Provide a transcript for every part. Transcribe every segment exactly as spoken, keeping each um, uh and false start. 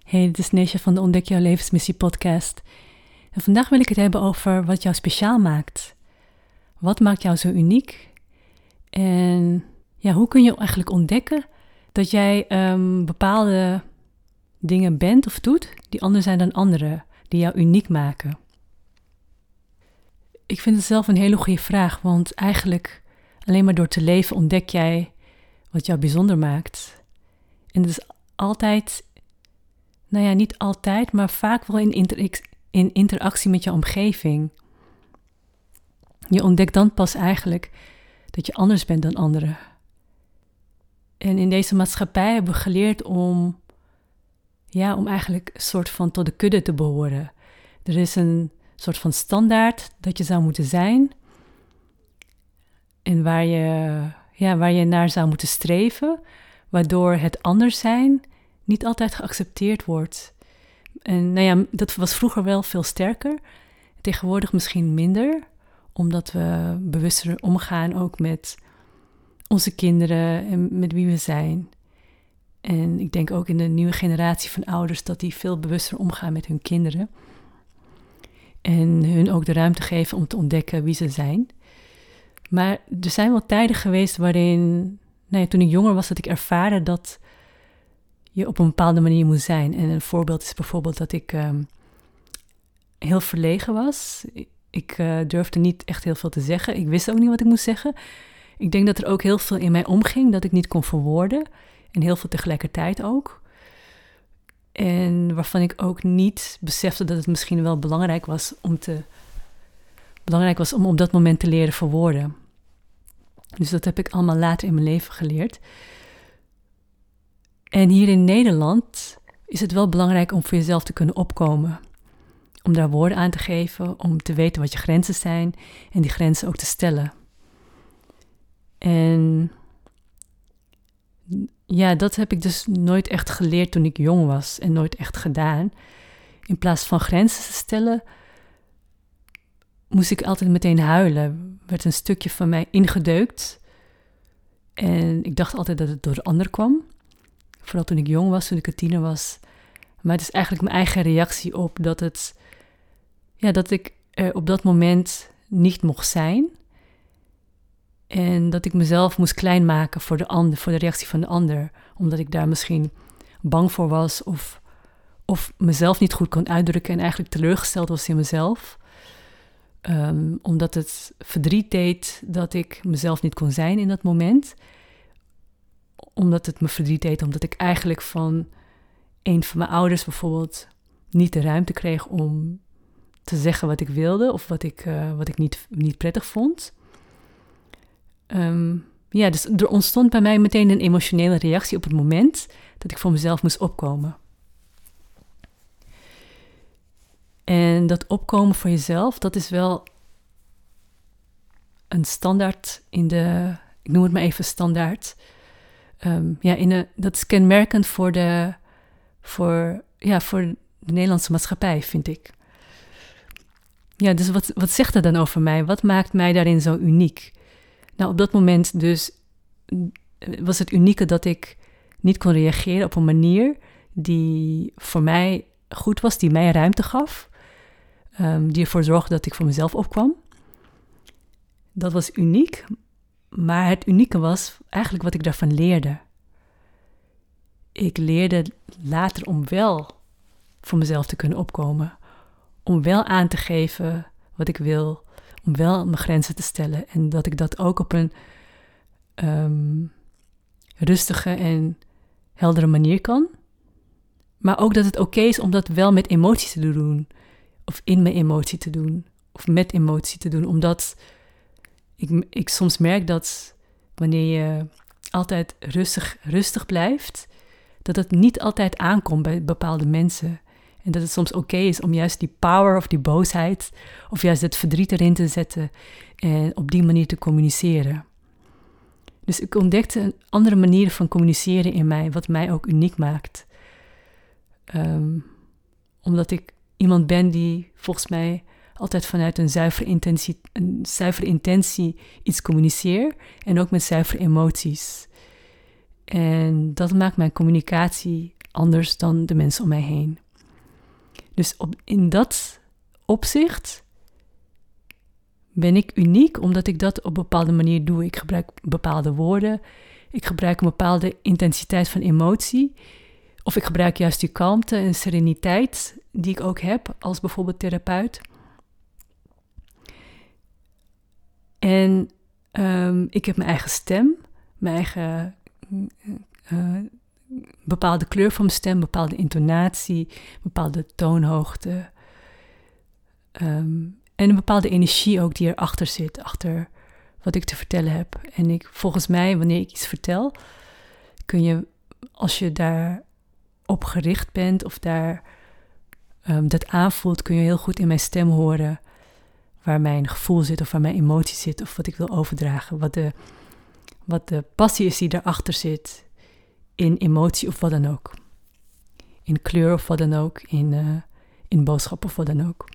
Hey, dit is Neesja van de Ontdek Jouw Levensmissie podcast. En vandaag wil ik het hebben over wat jou speciaal maakt. Wat maakt jou zo uniek? En ja, hoe kun je eigenlijk ontdekken dat jij um, bepaalde dingen bent of doet die anders zijn dan anderen, die jou uniek maken? Ik vind het zelf een hele goede vraag, want eigenlijk alleen maar door te leven ontdek jij wat jou bijzonder maakt. En het is altijd, nou ja, niet altijd, maar vaak wel in, inter- in interactie met je omgeving. Je ontdekt dan pas eigenlijk dat je anders bent dan anderen. En in deze maatschappij hebben we geleerd om, ja, om eigenlijk een soort van tot de kudde te behoren. Er is een soort van standaard dat je zou moeten zijn. En waar je, ja, waar je naar zou moeten streven, waardoor het anders zijn niet altijd geaccepteerd wordt. En nou ja, dat was vroeger wel veel sterker. Tegenwoordig misschien minder, omdat we bewuster omgaan ook met onze kinderen en met wie we zijn. En ik denk ook in de nieuwe generatie van ouders dat die veel bewuster omgaan met hun kinderen. En hun ook de ruimte geven om te ontdekken wie ze zijn. Maar er zijn wel tijden geweest waarin, nou ja, toen ik jonger was, dat ik ervaren dat je op een bepaalde manier moet zijn. En een voorbeeld is bijvoorbeeld dat ik um, heel verlegen was. Ik uh, durfde niet echt heel veel te zeggen. Ik wist ook niet wat ik moest zeggen. Ik denk dat er ook heel veel in mij omging dat ik niet kon verwoorden. En heel veel tegelijkertijd ook. En waarvan ik ook niet besefte dat het misschien wel belangrijk was om te... belangrijk was om op dat moment te leren verwoorden. Dus dat heb ik allemaal later in mijn leven geleerd. En hier in Nederland is het wel belangrijk om voor jezelf te kunnen opkomen. Om daar woorden aan te geven, om te weten wat je grenzen zijn en die grenzen ook te stellen. En ja, dat heb ik dus nooit echt geleerd toen ik jong was en nooit echt gedaan. In plaats van grenzen te stellen, moest ik altijd meteen huilen. Er werd een stukje van mij ingedeukt. En ik dacht altijd dat het door de ander kwam. Vooral toen ik jong was, toen ik een tiener was. Maar het is eigenlijk mijn eigen reactie op dat het, ja, dat ik er op dat moment niet mocht zijn. En dat ik mezelf moest klein maken voor de ander, voor de reactie van de ander. Omdat ik daar misschien bang voor was of, of mezelf niet goed kon uitdrukken en eigenlijk teleurgesteld was in mezelf. Um, omdat het verdriet deed dat ik mezelf niet kon zijn in dat moment. Omdat het me verdriet deed, omdat ik eigenlijk van een van mijn ouders bijvoorbeeld niet de ruimte kreeg om te zeggen wat ik wilde of wat ik, uh, wat ik niet, niet prettig vond. Um, ja, dus er ontstond bij mij meteen een emotionele reactie op het moment dat ik voor mezelf moest opkomen. En dat opkomen voor jezelf, dat is wel een standaard in de, ik noem het maar even standaard. Um, ja, in de, dat is kenmerkend voor de, voor, ja, voor de Nederlandse maatschappij, vind ik. Ja, dus wat, wat zegt dat dan over mij? Wat maakt mij daarin zo uniek? Nou, op dat moment dus was het unieke dat ik niet kon reageren op een manier die voor mij goed was, die mij ruimte gaf. Um, die ervoor zorgde dat ik voor mezelf opkwam. Dat was uniek, maar het unieke was eigenlijk wat ik daarvan leerde. Ik leerde later om wel voor mezelf te kunnen opkomen. Om wel aan te geven wat ik wil. Om wel mijn grenzen te stellen. En dat ik dat ook op een um, rustige en heldere manier kan. Maar ook dat het oké is om dat wel met emotie te doen. Of in mijn emotie te doen. Of met emotie te doen. Omdat ik, ik soms merk dat wanneer je altijd rustig, rustig blijft, dat het niet altijd aankomt bij bepaalde mensen. En dat het soms oké is om juist die power of die boosheid of juist het verdriet erin te zetten en op die manier te communiceren. Dus ik ontdekte een andere manier van communiceren in mij, wat mij ook uniek maakt. Um, omdat ik iemand ben die volgens mij altijd vanuit een zuivere intentie, een zuivere intentie iets communiceer en ook met zuivere emoties. En dat maakt mijn communicatie anders dan de mensen om mij heen. Dus op, in dat opzicht ben ik uniek, omdat ik dat op een bepaalde manier doe. Ik gebruik bepaalde woorden. Ik gebruik een bepaalde intensiteit van emotie. Of ik gebruik juist die kalmte en sereniteit die ik ook heb als bijvoorbeeld therapeut. En um, ik heb mijn eigen stem, mijn eigen uh, bepaalde kleur van mijn stem, bepaalde intonatie, bepaalde toonhoogte. Um, en een bepaalde energie ook die erachter zit, achter wat ik te vertellen heb. En ik, volgens mij, wanneer ik iets vertel, kun je, als je daarop gericht bent of daar um, dat aanvoelt, kun je heel goed in mijn stem horen waar mijn gevoel zit of waar mijn emotie zit of wat ik wil overdragen. Wat de, wat de passie is die daarachter zit in emotie of wat dan ook. In kleur of wat dan ook, in, uh, in boodschap of wat dan ook.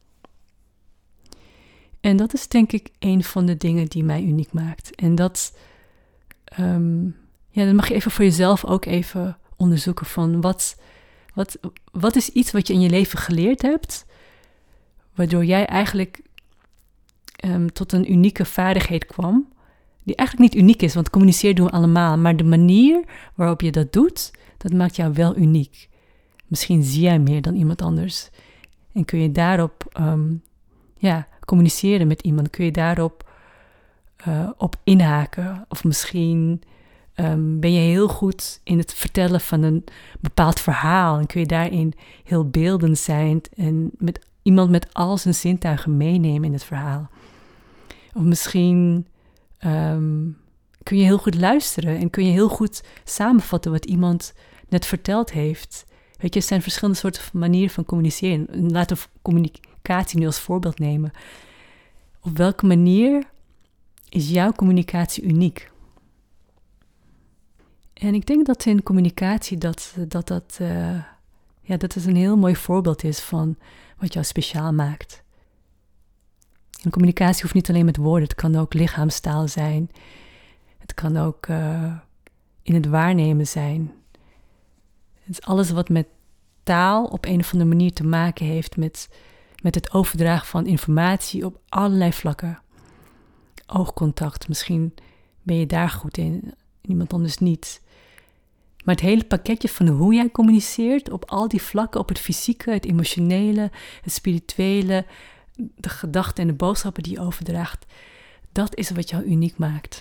En dat is denk ik een van de dingen die mij uniek maakt. En dat, um, ja, dan mag je even voor jezelf ook even onderzoeken van wat, wat, wat is iets wat je in je leven geleerd hebt, waardoor jij eigenlijk um, tot een unieke vaardigheid kwam, die eigenlijk niet uniek is, want communiceren doen we allemaal, maar de manier waarop je dat doet, dat maakt jou wel uniek. Misschien zie jij meer dan iemand anders en kun je daarop um, ja, communiceren met iemand, kun je daarop uh, op inhaken. Of misschien um, ben je heel goed in het vertellen van een bepaald verhaal en kun je daarin heel beeldend zijn en met iemand met al zijn zintuigen meenemen in het verhaal. Of misschien um, kun je heel goed luisteren en kun je heel goed samenvatten wat iemand net verteld heeft. Weet je, er zijn verschillende soorten manieren van communiceren. Laten we communicatie nu als voorbeeld nemen. Op welke manier is jouw communicatie uniek? En ik denk dat in communicatie dat dat, dat, uh, ja, dat het een heel mooi voorbeeld is van wat jou speciaal maakt. En communicatie hoeft niet alleen met woorden, het kan ook lichaamstaal zijn. Het kan ook uh, in het waarnemen zijn. Het is alles wat met taal op een of andere manier te maken heeft met, met het overdragen van informatie op allerlei vlakken. Oogcontact, misschien ben je daar goed in, iemand anders niet. Maar het hele pakketje van hoe jij communiceert op al die vlakken, op het fysieke, het emotionele, het spirituele, de gedachten en de boodschappen die je overdraagt, dat is wat jou uniek maakt.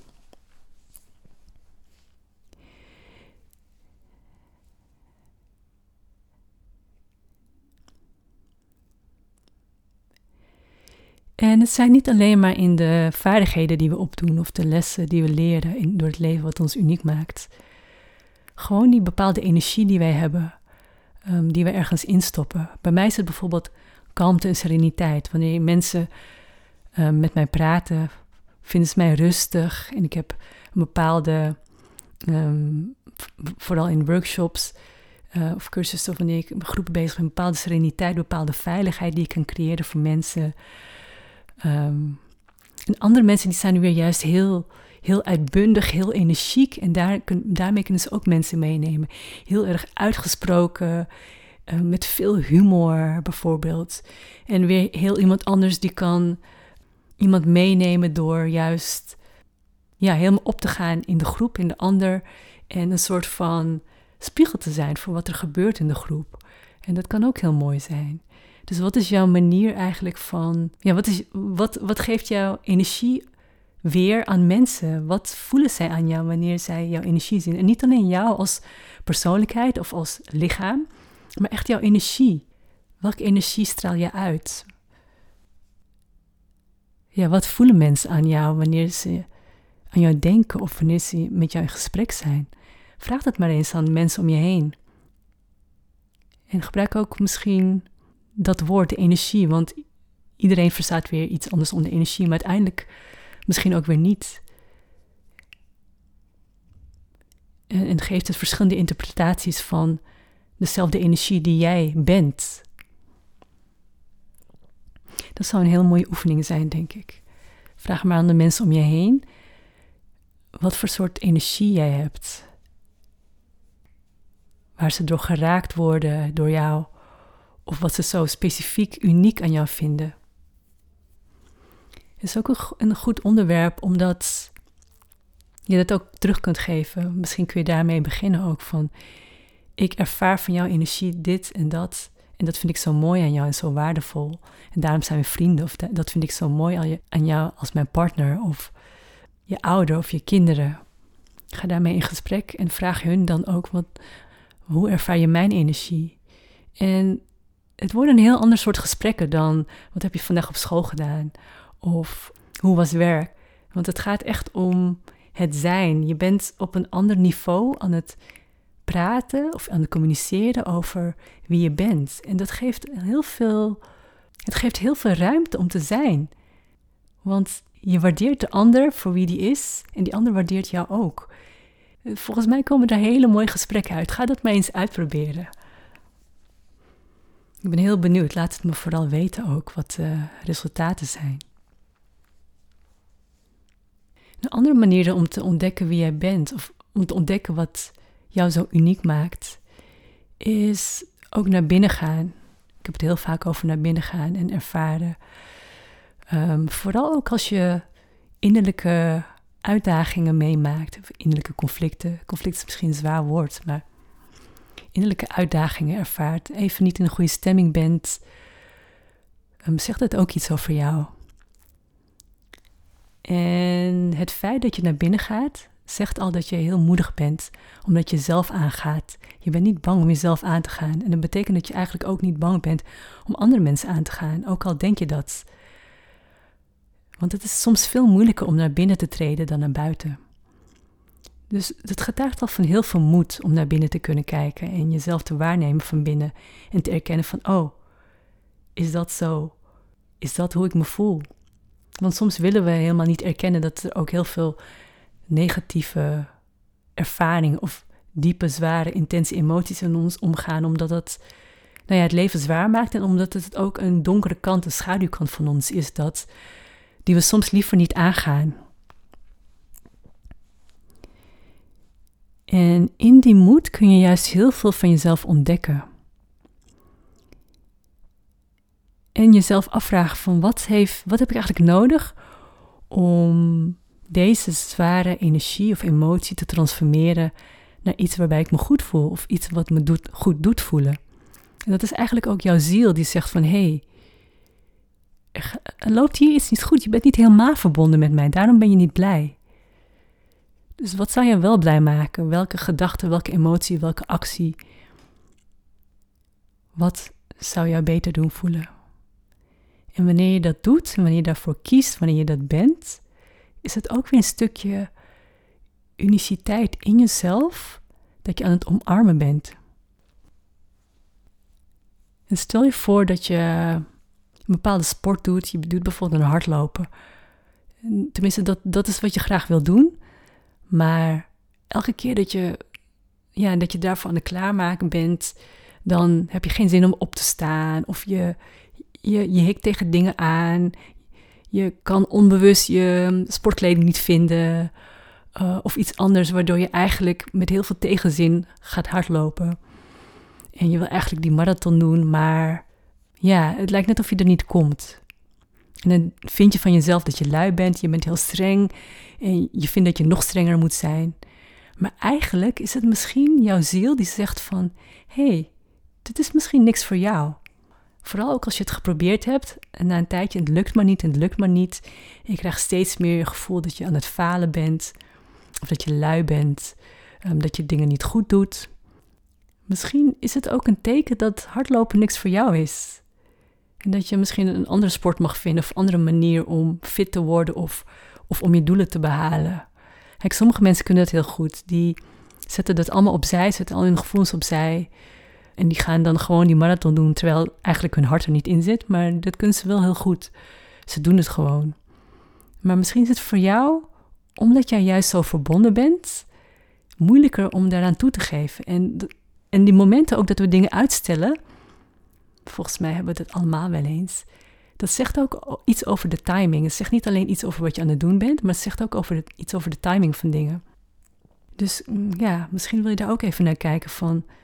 En het zijn niet alleen maar in de vaardigheden die we opdoen of de lessen die we leren in, door het leven wat ons uniek maakt. Gewoon die bepaalde energie die wij hebben, um, die we ergens instoppen. Bij mij is het bijvoorbeeld kalmte en sereniteit. Wanneer mensen um, met mij praten, vinden ze mij rustig. En ik heb een bepaalde, um, vooral in workshops uh, of cursussen, of wanneer ik met groepen bezig ben, een bepaalde sereniteit, een bepaalde veiligheid die ik kan creëren voor mensen. Um, en andere mensen die zijn nu weer juist heel, heel uitbundig, heel energiek. En daar kun, daarmee kunnen ze ook mensen meenemen. Heel erg uitgesproken, uh, met veel humor bijvoorbeeld. En weer heel iemand anders die kan iemand meenemen door juist ja, helemaal op te gaan in de groep, in de ander. En een soort van spiegel te zijn voor wat er gebeurt in de groep. En dat kan ook heel mooi zijn. Dus wat is jouw manier eigenlijk van, ja, wat, is, wat, wat geeft jouw energie weer aan mensen? Wat voelen zij aan jou wanneer zij jouw energie zien? En niet alleen jou als persoonlijkheid of als lichaam, maar echt jouw energie. Welke energie straal je uit? Ja, wat voelen mensen aan jou wanneer ze aan jou denken of wanneer ze met jou in gesprek zijn? Vraag dat maar eens aan mensen om je heen. En gebruik ook misschien dat woord, de energie, want iedereen verstaat weer iets anders onder energie, maar uiteindelijk misschien ook weer niet. En, en geeft het verschillende interpretaties van dezelfde energie die jij bent. Dat zou een heel mooie oefening zijn, denk ik. Vraag maar aan de mensen om je heen wat voor soort energie jij hebt. waar ze door geraakt worden door jou, of wat ze zo specifiek uniek aan jou vinden. Het is ook een, een goed onderwerp, omdat je dat ook terug kunt geven. Misschien kun je daarmee beginnen ook van, ik ervaar van jouw energie dit en dat, en dat vind ik zo mooi aan jou en zo waardevol. En daarom zijn we vrienden, of dat vind ik zo mooi aan jou als mijn partner, of je ouder of je kinderen. Ga daarmee in gesprek en vraag hun dan ook, wat, hoe ervaar je mijn energie? En het worden een heel ander soort gesprekken dan, wat heb je vandaag op school gedaan? Of hoe was werk? Want het gaat echt om het zijn. Je bent op een ander niveau aan het praten of aan het communiceren over wie je bent. En dat geeft heel veel, het geeft heel veel ruimte om te zijn. Want je waardeert de ander voor wie die is en die ander waardeert jou ook. Volgens mij komen daar hele mooie gesprekken uit. Ga dat maar eens uitproberen. Ik ben heel benieuwd. Laat het me vooral weten ook wat de resultaten zijn. Een andere manier om te ontdekken wie jij bent, of om te ontdekken wat jou zo uniek maakt, is ook naar binnen gaan. Ik heb het heel vaak over naar binnen gaan en ervaren. Um, vooral ook als je innerlijke uitdagingen meemaakt, of innerlijke conflicten. Conflict is misschien een zwaar woord, maar innerlijke uitdagingen ervaart, even niet in een goede stemming bent, um, zegt het ook iets over jou. En het feit dat je naar binnen gaat, zegt al dat je heel moedig bent, omdat je zelf aangaat. Je bent niet bang om jezelf aan te gaan. En dat betekent dat je eigenlijk ook niet bang bent om andere mensen aan te gaan, ook al denk je dat. Want het is soms veel moeilijker om naar binnen te treden dan naar buiten. Dus het getuigt al van heel veel moed om naar binnen te kunnen kijken en jezelf te waarnemen van binnen en te erkennen van, oh, is dat zo? Is dat hoe ik me voel? Want soms willen we helemaal niet erkennen dat er ook heel veel negatieve ervaringen of diepe, zware, intense emoties in ons omgaan, omdat het, nou ja, het leven zwaar maakt en omdat het ook een donkere kant, een schaduwkant van ons is, dat, die we soms liever niet aangaan. En in die moed kun je juist heel veel van jezelf ontdekken. En jezelf afvragen van wat, heeft, wat heb ik eigenlijk nodig om deze zware energie of emotie te transformeren naar iets waarbij ik me goed voel of iets wat me doet, goed doet voelen. En dat is eigenlijk ook jouw ziel die zegt van, hé, hey, er, er loopt hier iets niet goed, je bent niet helemaal verbonden met mij, daarom ben je niet blij. Dus wat zou je wel blij maken? Welke gedachte, welke emotie, welke actie? Wat zou jou beter doen voelen? En wanneer je dat doet, en wanneer je daarvoor kiest, wanneer je dat bent, is het ook weer een stukje uniciteit in jezelf, dat je aan het omarmen bent. En stel je voor dat je een bepaalde sport doet, je doet bijvoorbeeld een hardlopen. Tenminste, dat, dat is wat je graag wil doen, maar elke keer dat je, ja, dat je daarvoor aan het klaarmaken bent, dan heb je geen zin om op te staan, of je, je, je hikt tegen dingen aan, je kan onbewust je sportkleding niet vinden, uh, of iets anders, waardoor je eigenlijk met heel veel tegenzin gaat hardlopen. En je wil eigenlijk die marathon doen, maar ja, het lijkt net of je er niet komt. En dan vind je van jezelf dat je lui bent, je bent heel streng en je vindt dat je nog strenger moet zijn. Maar eigenlijk is het misschien jouw ziel die zegt van, hé, hey, dit is misschien niks voor jou. Vooral ook als je het geprobeerd hebt en na een tijdje het lukt maar niet en het lukt maar niet. En je krijgt steeds meer het gevoel dat je aan het falen bent of dat je lui bent, um, dat je dingen niet goed doet. Misschien is het ook een teken dat hardlopen niks voor jou is. En dat je misschien een andere sport mag vinden of een andere manier om fit te worden of, of om je doelen te behalen. Kijk, sommige mensen kunnen dat heel goed. Die zetten dat allemaal opzij, zetten al hun gevoelens opzij. En die gaan dan gewoon die marathon doen, terwijl eigenlijk hun hart er niet in zit. Maar dat kunnen ze wel heel goed. Ze doen het gewoon. Maar misschien is het voor jou, omdat jij juist zo verbonden bent, moeilijker om daaraan toe te geven. En, en die momenten ook dat we dingen uitstellen, volgens mij hebben we dat allemaal wel eens. Dat zegt ook iets over de timing. Het zegt niet alleen iets over wat je aan het doen bent, maar het zegt ook over de, iets over de timing van dingen. Dus ja, misschien wil je daar ook even naar kijken van,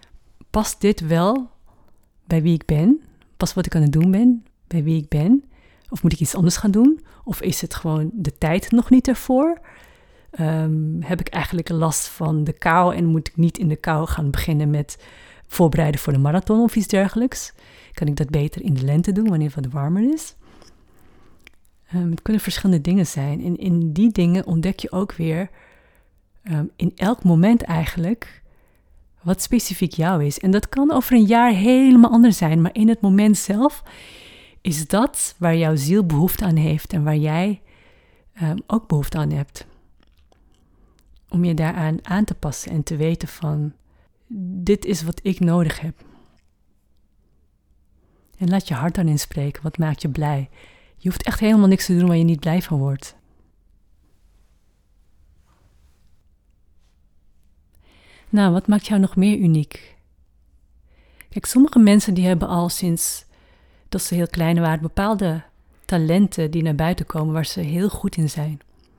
past dit wel bij wie ik ben? Past wat ik aan het doen ben bij wie ik ben? Of moet ik iets anders gaan doen? Of is het gewoon de tijd nog niet ervoor? Um, heb ik eigenlijk last van de kou en moet ik niet in de kou gaan beginnen met voorbereiden voor de marathon of iets dergelijks? Kan ik dat beter in de lente doen, wanneer het wat warmer is? Um, het kunnen verschillende dingen zijn. En in die dingen ontdek je ook weer um, in elk moment eigenlijk wat specifiek jou is. En dat kan over een jaar helemaal anders zijn, maar in het moment zelf is dat waar jouw ziel behoefte aan heeft en waar jij um, ook behoefte aan hebt. Om je daaraan aan te passen en te weten van, dit is wat ik nodig heb. En laat je hart daarin spreken, wat maakt je blij. Je hoeft echt helemaal niks te doen waar je niet blij van wordt. Nou, wat maakt jou nog meer uniek? Kijk, sommige mensen die hebben al sinds dat ze heel klein waren bepaalde talenten die naar buiten komen waar ze heel goed in zijn.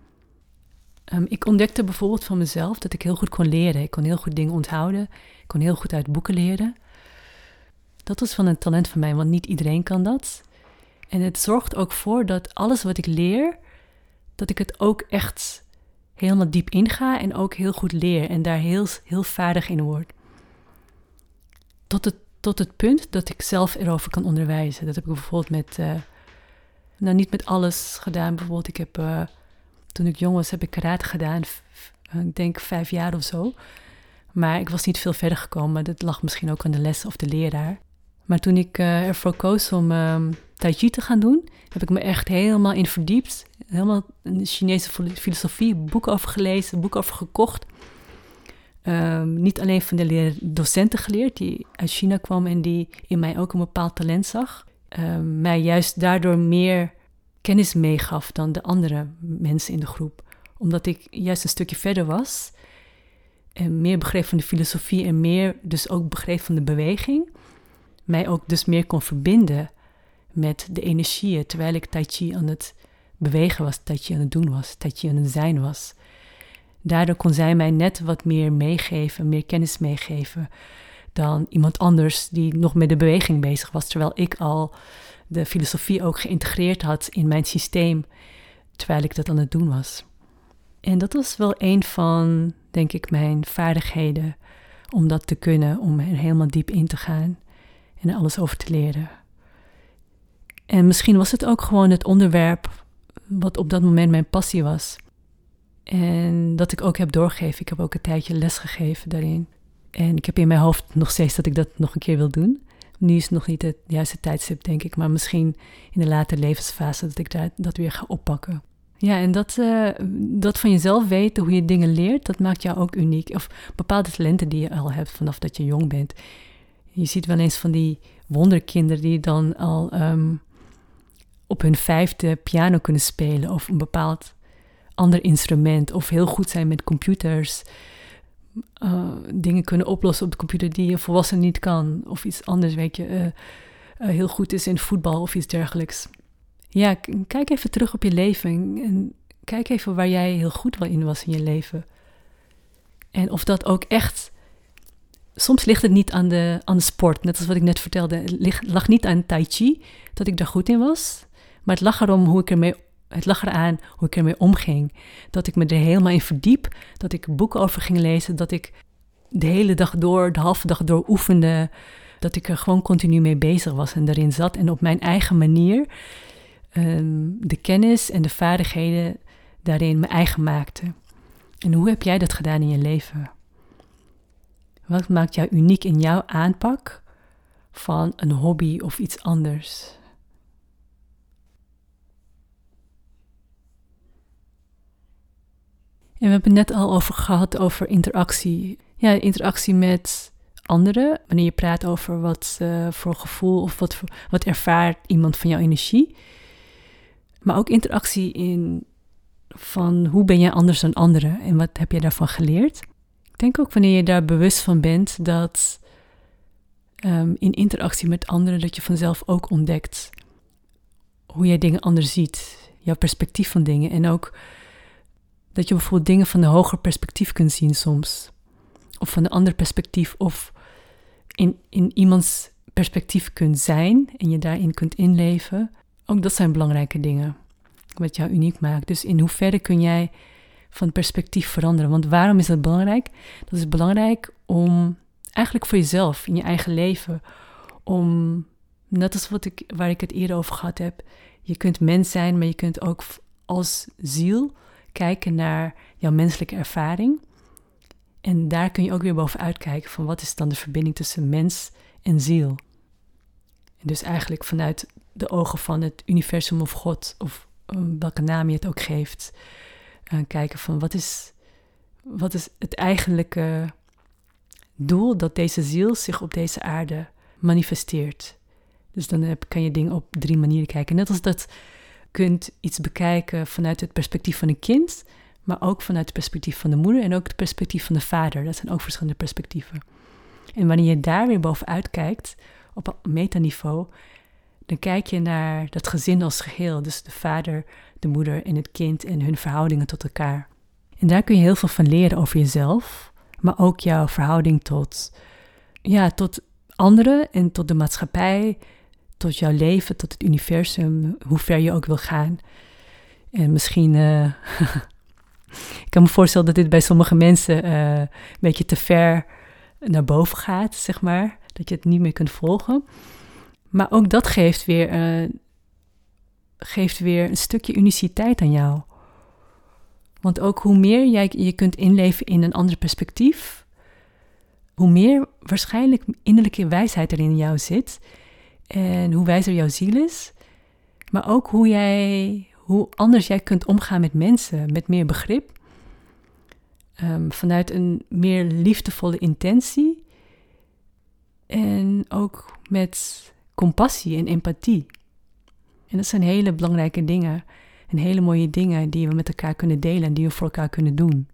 Um, ik ontdekte bijvoorbeeld van mezelf dat ik heel goed kon leren. Ik kon heel goed dingen onthouden. Ik kon heel goed uit boeken leren. Dat was van een talent van mij, want niet iedereen kan dat. En het zorgt ook voor dat alles wat ik leer, dat ik het ook echt helemaal diep inga en ook heel goed leer en daar heel, heel vaardig in word. Tot het, tot het punt dat ik zelf erover kan onderwijzen. Dat heb ik bijvoorbeeld met, uh, nou niet met alles gedaan. Bijvoorbeeld ik heb, uh, toen ik jong was, heb ik karate gedaan. F, ik denk vijf jaar of zo. Maar ik was niet veel verder gekomen. Maar dat lag misschien ook aan de les of de leraar. Maar toen ik uh, ervoor koos om um, Tai Chi te gaan doen, heb ik me echt helemaal in verdiept. Helemaal in de Chinese filosofie, boeken over gelezen, boeken over gekocht. Um, niet alleen van de leer- docenten geleerd, die uit China kwam en die in mij ook een bepaald talent zag. Um, mij juist daardoor meer kennis meegaf dan de andere mensen in de groep. Omdat ik juist een stukje verder was en meer begreep van de filosofie en meer dus ook begreep van de beweging. Mij ook dus meer kon verbinden met de energieën, terwijl ik Tai Chi aan het bewegen was, Tai Chi aan het doen was, Tai Chi aan het zijn was. Daardoor kon zij mij net wat meer meegeven, meer kennis meegeven dan iemand anders die nog met de beweging bezig was, terwijl ik al de filosofie ook geïntegreerd had in mijn systeem, terwijl ik dat aan het doen was. En dat was wel een van, denk ik, mijn vaardigheden om dat te kunnen, om er helemaal diep in te gaan en er alles over te leren. En misschien was het ook gewoon het onderwerp wat op dat moment mijn passie was. En dat ik ook heb doorgegeven. Ik heb ook een tijdje les gegeven daarin. En ik heb in mijn hoofd nog steeds dat ik dat nog een keer wil doen. Nu is het nog niet het juiste tijdstip, denk ik. Maar misschien in de latere levensfase dat ik daar, dat weer ga oppakken. Ja, en dat, uh, dat van jezelf weten, hoe je dingen leert, dat maakt jou ook uniek. Of bepaalde talenten die je al hebt vanaf dat je jong bent. Je ziet wel eens van die wonderkinderen die dan al um, op hun vijfde piano kunnen spelen. Of een bepaald ander instrument. Of heel goed zijn met computers. Uh, dingen kunnen oplossen op de computer die je volwassen niet kan. Of iets anders, weet je. Uh, uh, heel goed is in voetbal of iets dergelijks. Ja, k- kijk even terug op je leven. En kijk even waar jij heel goed wel in was in je leven. En of dat ook echt... Soms ligt het niet aan de, aan de sport. Net als wat ik net vertelde. Het ligt, lag niet aan Tai Chi dat ik daar goed in was. Maar het lag erom hoe ik ermee... Het lag eraan hoe ik ermee omging. Dat ik me er helemaal in verdiep. Dat ik boeken over ging lezen. Dat ik de hele dag door, de halve dag door oefende. Dat ik er gewoon continu mee bezig was en daarin zat. En op mijn eigen manier um, de kennis en de vaardigheden daarin mijn eigen maakte. En hoe heb jij dat gedaan in je leven? Wat maakt jou uniek in jouw aanpak van een hobby of iets anders? En we hebben het net al over gehad over interactie. Ja, interactie met anderen. Wanneer je praat over wat uh, voor gevoel of wat, voor, wat ervaart iemand van jouw energie. Maar ook interactie in van hoe ben jij anders dan anderen en wat heb je daarvan geleerd. Ik denk ook wanneer je daar bewust van bent dat um, in interactie met anderen dat je vanzelf ook ontdekt hoe jij dingen anders ziet. Jouw perspectief van dingen en ook... Dat je bijvoorbeeld dingen van een hoger perspectief kunt zien soms. Of van een ander perspectief. Of in, in iemands perspectief kunt zijn en je daarin kunt inleven. Ook dat zijn belangrijke dingen, wat jou uniek maakt. Dus in hoeverre kun jij van perspectief veranderen? Want waarom is dat belangrijk? Dat is belangrijk om, eigenlijk voor jezelf, in je eigen leven, om, net als wat ik, waar ik het eerder over gehad heb, je kunt mens zijn, maar je kunt ook als ziel kijken naar jouw menselijke ervaring. En daar kun je ook weer bovenuit kijken van wat is dan de verbinding tussen mens en ziel. En dus eigenlijk vanuit de ogen van het universum of God, of um, welke naam je het ook geeft, uh, kijken van wat is, wat is het eigenlijke doel dat deze ziel zich op deze aarde manifesteert. Dus dan heb, kan je dingen op drie manieren kijken. Net als dat kunt iets bekijken vanuit het perspectief van een kind, maar ook vanuit het perspectief van de moeder en ook het perspectief van de vader. Dat zijn ook verschillende perspectieven. En wanneer je daar weer bovenuit kijkt, op een metaniveau, dan kijk je naar dat gezin als geheel. Dus de vader, de moeder en het kind en hun verhoudingen tot elkaar. En daar kun je heel veel van leren over jezelf, maar ook jouw verhouding tot, ja, tot anderen en tot de maatschappij, tot jouw leven, tot het universum, hoe ver je ook wil gaan. En misschien, uh, ik kan me voorstellen dat dit bij sommige mensen uh, een beetje te ver naar boven gaat, zeg maar. Dat je het niet meer kunt volgen. Maar ook dat geeft weer, uh, geeft weer een stukje uniciteit aan jou. Want ook hoe meer jij je kunt inleven in een ander perspectief, hoe meer waarschijnlijk innerlijke wijsheid er in jou zit. En hoe wijzer jouw ziel is. Maar ook hoe jij, hoe anders jij kunt omgaan met mensen, met meer begrip. Um, vanuit een meer liefdevolle intentie. En ook met compassie en empathie. En dat zijn hele belangrijke dingen. En hele mooie dingen die we met elkaar kunnen delen en die we voor elkaar kunnen doen.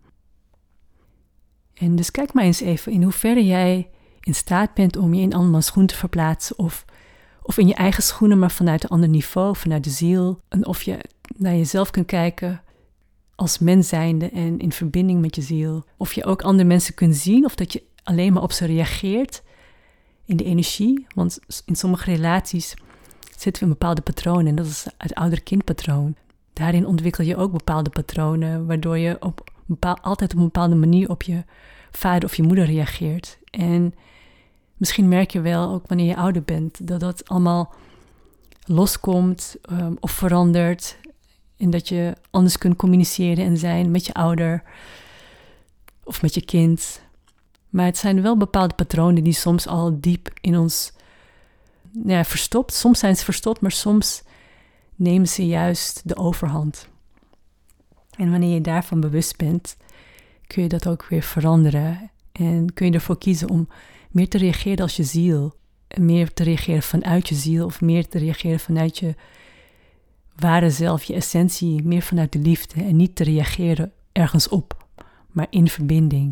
En dus kijk maar eens even in hoeverre jij in staat bent om je in andermans schoen te verplaatsen. Of, of in je eigen schoenen, maar vanuit een ander niveau, vanuit de ziel. En of je naar jezelf kunt kijken als mens zijnde en in verbinding met je ziel. Of je ook andere mensen kunt zien of dat je alleen maar op ze reageert in de energie. Want in sommige relaties zitten we in bepaalde patronen en dat is het ouder-kindpatroon. Daarin ontwikkel je ook bepaalde patronen, waardoor je op bepaal, altijd op een bepaalde manier op je vader of je moeder reageert. En misschien merk je wel, ook wanneer je ouder bent, dat dat allemaal loskomt um, of verandert. En dat je anders kunt communiceren en zijn met je ouder of met je kind. Maar het zijn wel bepaalde patronen die soms al diep in ons ja, verstopt. Soms zijn ze verstopt, maar soms nemen ze juist de overhand. En wanneer je daarvan bewust bent, kun je dat ook weer veranderen. En kun je ervoor kiezen om meer te reageren als je ziel. En meer te reageren vanuit je ziel of meer te reageren vanuit je ware zelf, je essentie. Meer vanuit de liefde en niet te reageren ergens op, maar in verbinding.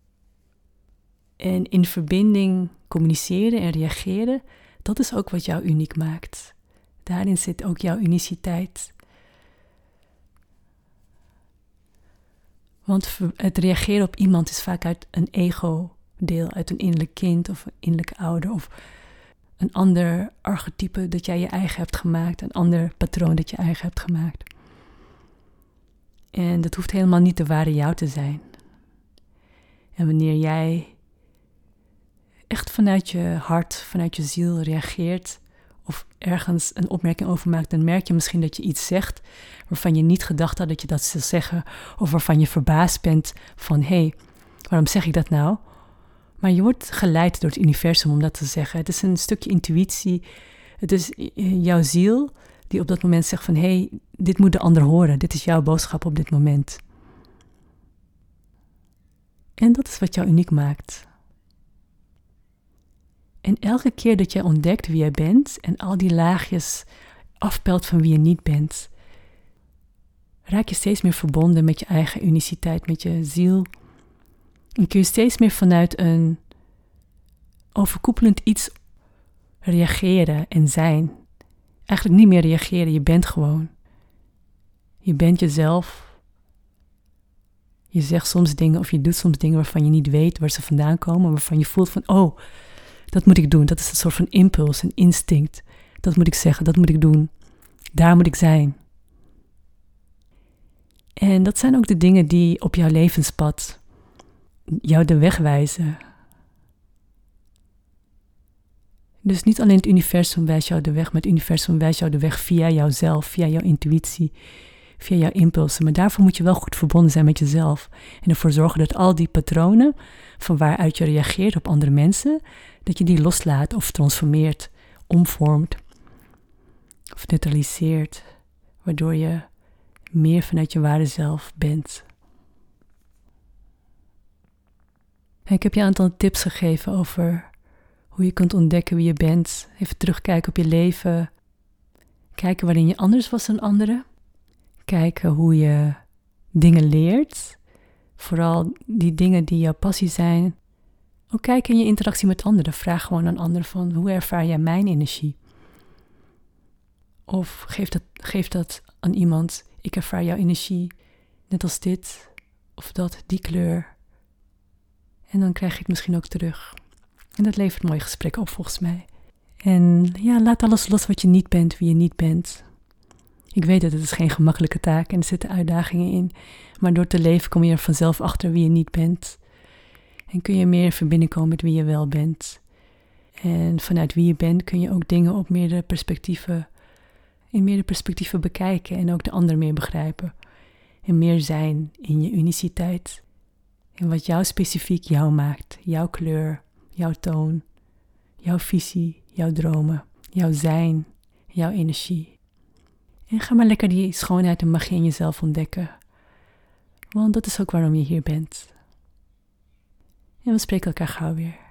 En in verbinding communiceren en reageren, dat is ook wat jou uniek maakt. Daarin zit ook jouw uniciteit. Want het reageren op iemand is vaak uit een ego-deel, uit een innerlijk kind of een innerlijke ouder of een ander archetype dat jij je eigen hebt gemaakt, een ander patroon dat je eigen hebt gemaakt. En dat hoeft helemaal niet de ware jou te zijn. En wanneer jij echt vanuit je hart, vanuit je ziel reageert of ergens een opmerking over maakt, dan merk je misschien dat je iets zegt waarvan je niet gedacht had dat je dat zou zeggen, of waarvan je verbaasd bent van, hé, hey, waarom zeg ik dat nou? Maar je wordt geleid door het universum om dat te zeggen. Het is een stukje intuïtie. Het is jouw ziel die op dat moment zegt van, hé, hey, dit moet de ander horen. Dit is jouw boodschap op dit moment. En dat is wat jou uniek maakt. En elke keer dat jij ontdekt wie jij bent en al die laagjes afpelt van wie je niet bent, raak je steeds meer verbonden met je eigen uniciteit, met je ziel. En kun je steeds meer vanuit een overkoepelend iets reageren en zijn. Eigenlijk niet meer reageren, je bent gewoon. Je bent jezelf. Je zegt soms dingen of je doet soms dingen waarvan je niet weet waar ze vandaan komen, waarvan je voelt van, oh, dat moet ik doen. Dat is een soort van impuls, een instinct. Dat moet ik zeggen, dat moet ik doen. Daar moet ik zijn. En dat zijn ook de dingen die op jouw levenspad jou de weg wijzen. Dus niet alleen het universum wijst jou de weg, maar het universum wijst jou de weg via jouzelf, via jouw intuïtie, via jouw impulsen. Maar daarvoor moet je wel goed verbonden zijn met jezelf. En ervoor zorgen dat al die patronen van waaruit je reageert op andere mensen, dat je die loslaat of transformeert, omvormt of neutraliseert, waardoor je meer vanuit je ware zelf bent. En ik heb je een aantal tips gegeven over hoe je kunt ontdekken wie je bent. Even terugkijken op je leven. Kijken waarin je anders was dan anderen. Kijken hoe je dingen leert. Vooral die dingen die jouw passie zijn. Ook kijken in je interactie met anderen. Vraag gewoon aan anderen van, hoe ervaar jij mijn energie? Of geef dat, geef dat aan iemand. Ik ervaar jouw energie net als dit of dat, die kleur. En dan krijg je het misschien ook terug. En dat levert mooie gesprekken op volgens mij. En ja, laat alles los wat je niet bent, wie je niet bent. Ik weet dat het is geen gemakkelijke taak en er zitten uitdagingen in. Maar door te leven kom je er vanzelf achter wie je niet bent. En kun je meer in verbinding komen met wie je wel bent. En vanuit wie je bent kun je ook dingen op meerdere perspectieven, in meerdere perspectieven bekijken. En ook de ander meer begrijpen. En meer zijn in je uniciteit. En wat jou specifiek jou maakt. Jouw kleur, jouw toon, jouw visie, jouw dromen, jouw zijn, jouw energie. En ga maar lekker die schoonheid en magie in jezelf ontdekken. Want dat is ook waarom je hier bent. En we spreken elkaar gauw weer.